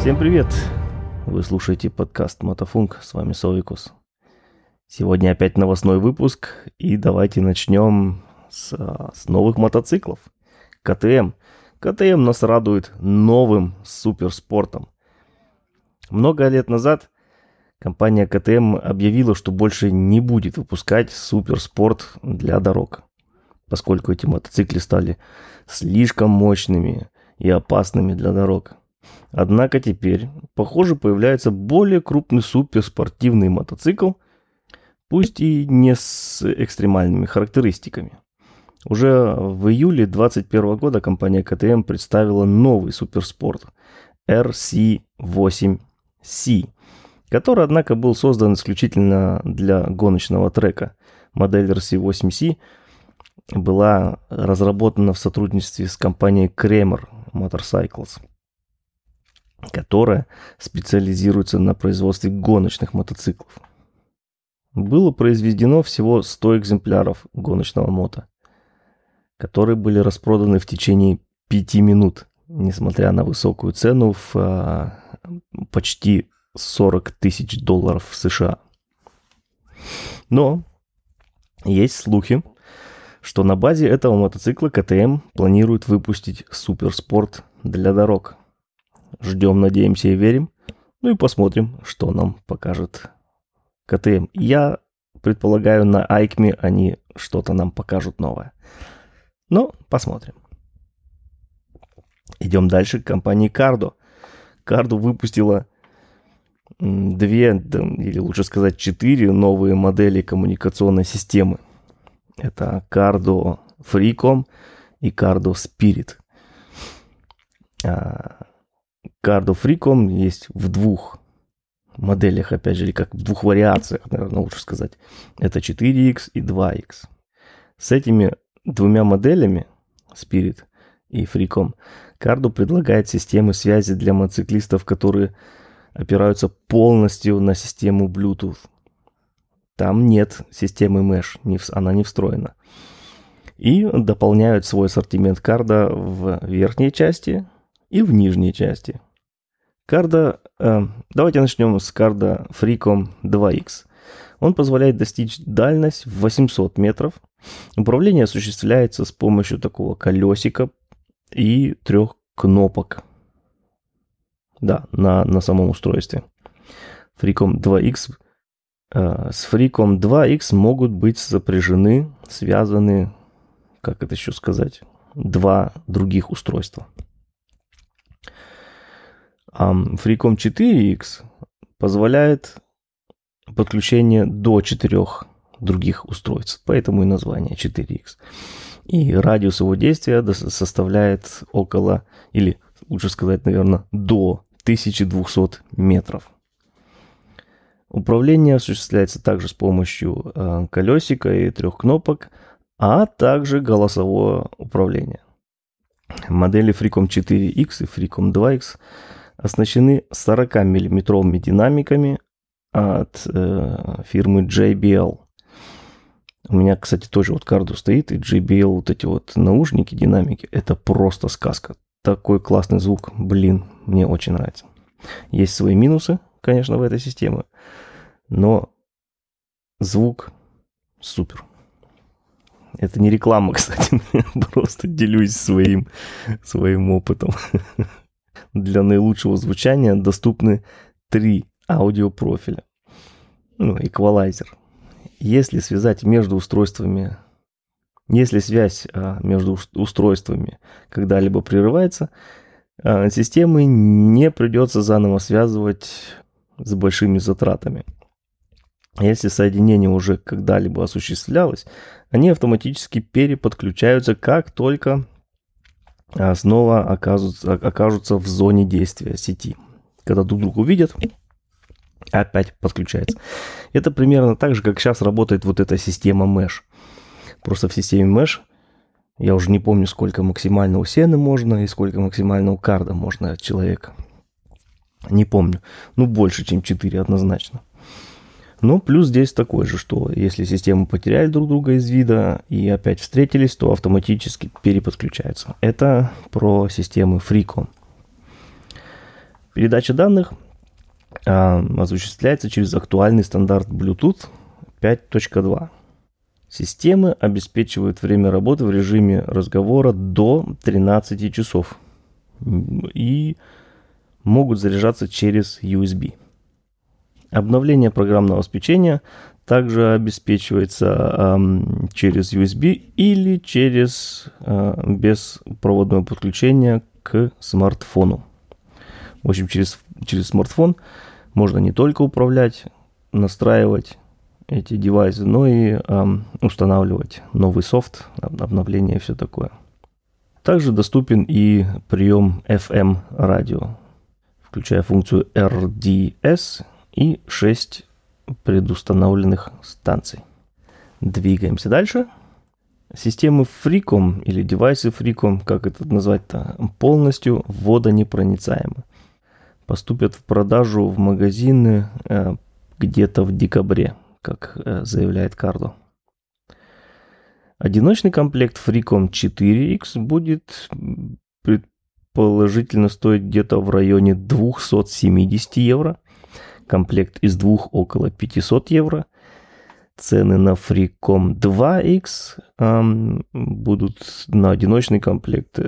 Всем привет! Вы слушаете подкаст Мотофунк, с вами Совикус. Сегодня опять новостной выпуск, и давайте начнем с новых мотоциклов. КТМ. КТМ нас радует новым суперспортом. Много лет назад компания КТМ объявила, что больше не будет выпускать суперспорт для дорог, поскольку эти мотоциклы стали слишком мощными и опасными для дорог. Однако теперь, похоже, появляется более крупный суперспортивный мотоцикл, пусть и не с экстремальными характеристиками. Уже в июле 2021 года компания КТМ представила новый суперспорт RC8C, который, однако, был создан исключительно для гоночного трека. Модель RC8C была разработана в сотрудничестве с компанией Kramer Motorcycles, которая специализируется на производстве гоночных мотоциклов. Было произведено всего 100 экземпляров гоночного мото, которые были распроданы в течение 5 минут, несмотря на высокую цену в почти $40 тысяч в США. Но есть слухи, что на базе этого мотоцикла КТМ планирует выпустить суперспорт для дорог. Ждем, надеемся и верим. Ну и посмотрим, что нам покажет КТМ. Я предполагаю, на Айкме они что-то нам покажут новое. Но посмотрим. Идем дальше к компании Cardo. Cardo выпустила 2, или лучше сказать 4 новые модели коммуникационной системы. Это Cardo Freecom и Cardo Spirit. Cardo Freecom есть в 2 моделях, опять же, или как в 2 вариациях, наверное, лучше сказать. Это 4X и 2X. С этими 2 моделями, Spirit и Freecom, Cardo предлагает системы связи для мотоциклистов, которые опираются полностью на систему Bluetooth. Там нет системы Mesh, она не встроена. И дополняют свой ассортимент Cardo в верхней части и в нижней части. Cardo, давайте начнем с Cardo Freecom 2X. Он позволяет достичь дальность в 800 метров. Управление осуществляется с помощью такого колесика и 3 кнопок. Да, на самом устройстве. Freecom 2X. С Freecom 2X могут быть сопряжены, связаны, как это еще сказать, 2 других устройства. Freecom 4X позволяет подключение до 4 других устройств, поэтому и название 4X. И радиус его действия составляет около, или лучше сказать, наверное, до 1200 метров. Управление осуществляется также с помощью колесика и 3 кнопок, а также голосовое управление. Модели Freecom 4X и Freecom 2X оснащены 40-мм динамиками от фирмы JBL. У меня, кстати, тоже вот Cardo стоит, и JBL, вот эти вот наушники, динамики, это просто сказка. Такой классный звук, мне очень нравится. Есть свои минусы, конечно, в этой системе, но звук супер. Это не реклама, кстати, просто делюсь своим опытом. Для наилучшего звучания доступны 3 аудиопрофиля. Эквалайзер. Если связь между устройствами когда-либо прерывается, системы не придется заново связывать с большими затратами. Если соединение уже когда-либо осуществлялось, они автоматически переподключаются, как только снова окажутся в зоне действия сети. Когда друг друга увидят, опять подключается. Это примерно так же, как сейчас работает вот эта система Mesh. Просто в системе Mesh, я уже не помню, сколько максимально у Сены можно и сколько максимально у Cardo можно от человека. Не помню. Больше, чем 4 однозначно. Но плюс здесь такой же, что если системы потеряли друг друга из вида и опять встретились, то автоматически переподключаются. Это про системы Freecom. Передача данных осуществляется через актуальный стандарт Bluetooth 5.2. Системы обеспечивают время работы в режиме разговора до 13 часов и могут заряжаться через USB. Обновление программного обеспечения также обеспечивается через USB или через беспроводное подключение к смартфону. В общем, через смартфон можно не только управлять, настраивать эти девайсы, но и устанавливать новый софт, обновление и все такое. Также доступен и прием FM радио, включая функцию RDS и 6 предустановленных станций. Двигаемся дальше. Системы Freecom или девайсы Freecom, как это назвать-то, полностью водонепроницаемы. Поступят в продажу в магазины где-то в декабре, как заявляет Cardo. Одиночный комплект Freecom 4X будет предположительно стоить где-то в районе 270 евро. Комплект из двух около 500 евро. Цены на Freecom 2X будут на одиночный комплект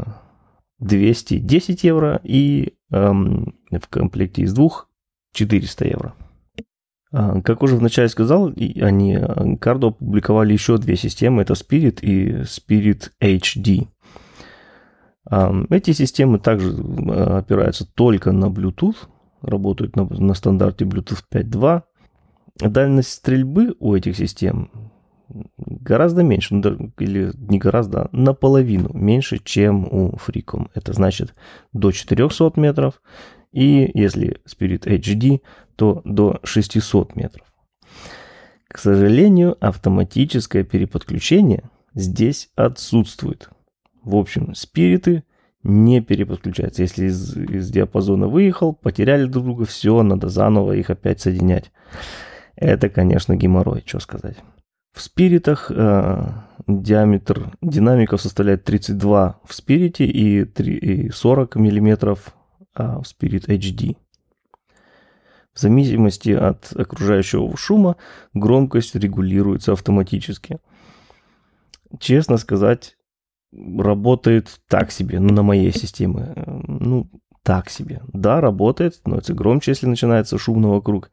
210 евро и в комплекте из двух 400 евро. Как уже вначале сказал, Cardo опубликовали еще две системы, это Spirit и Spirit HD. Эти системы также опираются только на Bluetooth, работают на стандарте Bluetooth 5.2. Дальность стрельбы у этих систем гораздо меньше, или не гораздо, а наполовину меньше, чем у Freecom. Это значит до 400 метров, и если Spirit HD, то до 600 метров. К сожалению, автоматическое переподключение здесь отсутствует. В общем, спириты не переподключаются. Если из диапазона выехал, потеряли друг друга, все, надо заново их опять соединять. Это, конечно, геморрой, что сказать. В спиритах диаметр динамиков составляет 32 в спирите и 40 миллиметров в Spirit HD. В зависимости от окружающего шума громкость регулируется автоматически. Честно сказать, работает так себе, на моей системе. Так себе. Да, работает, становится громче, если начинается шум вокруг.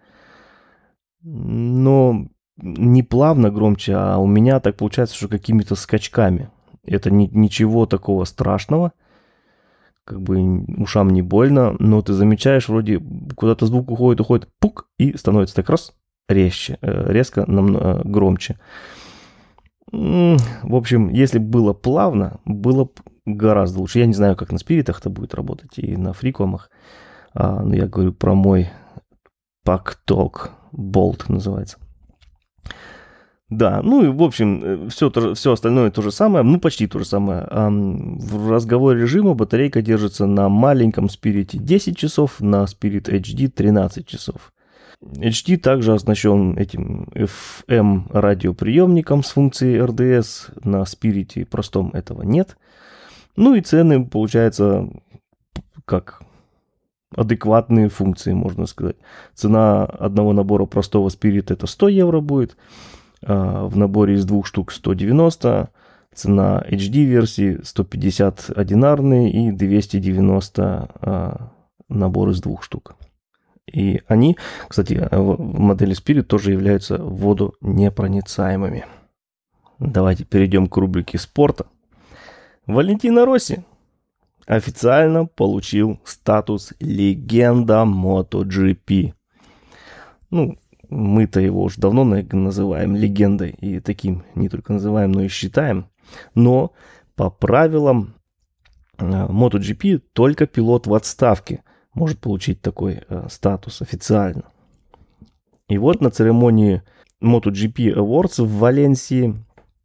Но не плавно громче, а у меня так получается, что какими-то скачками. Это ничего такого страшного. Как бы ушам не больно, но ты замечаешь, вроде куда-то звук уходит, пук, и становится так раз резко громче. В общем, если было плавно, было гораздо лучше. Я не знаю, как на спиритах это будет работать и на фрикомах. Но я говорю про мой PackTalk Bolt называется. Да, и в общем, все остальное то же самое, почти то же самое. В разговоре режима батарейка держится на маленьком Spirit 10 часов, на Spirit HD 13 часов. HD также оснащен этим FM радиоприемником с функцией RDS, на Spirit простом этого нет. И цены, получается, как адекватные функции, можно сказать. Цена одного набора простого Spirit это 100 евро будет. В наборе из двух штук 190, цена HD-версии 150 одинарный и 290 набор из двух штук. И они, кстати, в модели Spirit тоже являются водонепроницаемыми. Давайте перейдем к рубрике спорта. Валентино Росси официально получил статус легенда MotoGP. Мы-то его уже давно называем легендой, и таким не только называем, но и считаем. Но по правилам MotoGP только пилот в отставке может получить такой статус официально. И вот на церемонии MotoGP Awards в Валенсии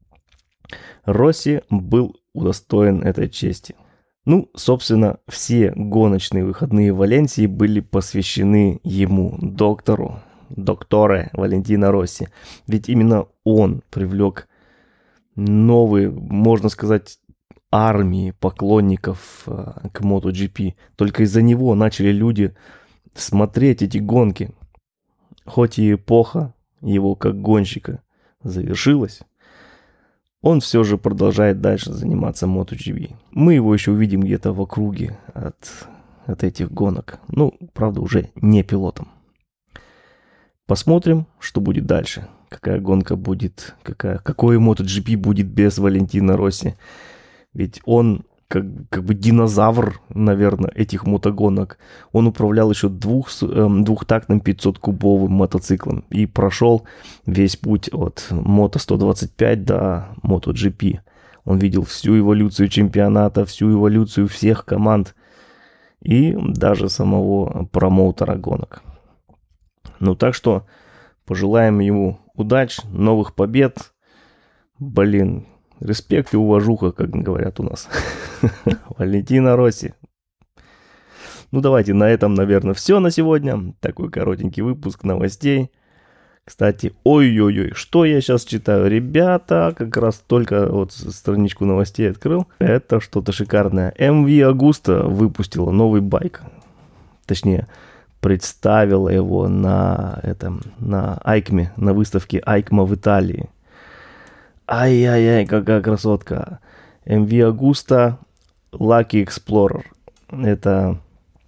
Росси был удостоен этой чести. Собственно, все гоночные выходные в Валенсии были посвящены ему, докторе Валентино Росси. Ведь именно он привлек новые, можно сказать, армии поклонников к MotoGP. Только из-за него начали люди смотреть эти гонки. Хоть и эпоха его как гонщика завершилась, он все же продолжает дальше заниматься MotoGP. Мы его еще увидим где-то в округе от этих гонок. Ну, правда, уже не пилотом. Посмотрим, что будет дальше. Какая гонка будет, какой MotoGP будет без Валентино Росси. Ведь он как бы динозавр, наверное, этих мотогонок. Он управлял еще двухтактным 500-кубовым мотоциклом и прошел весь путь от Moto 125 до MotoGP. Он видел всю эволюцию чемпионата, всю эволюцию всех команд и даже самого промоутера гонок. Ну, так что пожелаем ему удач, новых побед. Блин, респект и уважуха, как говорят у нас. Валентино Росси. Ну, давайте на этом, наверное, все на сегодня. Такой коротенький выпуск новостей. Кстати, ой-ой-ой, что я сейчас читаю? Ребята, как раз только вот страничку новостей открыл. Это что-то шикарное. MV Agusta выпустила новый байк. Точнее, представила его на Айкме, на выставке Айкма в Италии. Ай-яй-яй, какая красотка. MV Agusta Lucky Explorer. Это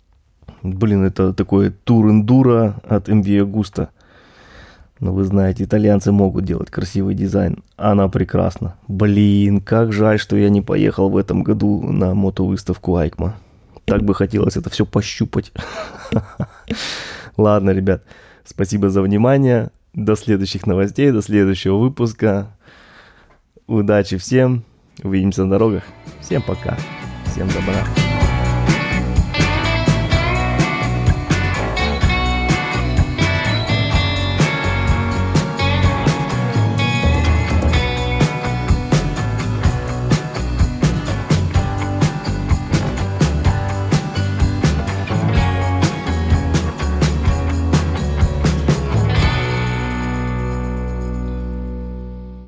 такой тур-эндуро от MV Agusta. Ну, вы знаете, итальянцы могут делать красивый дизайн. Она прекрасна. Блин, как жаль, что я не поехал в этом году на мотовыставку Айкма. Так бы хотелось это все пощупать. Ладно, ребят, спасибо за внимание. До следующих новостей, до следующего выпуска. Удачи всем. Увидимся на дорогах. Всем пока. Всем добра.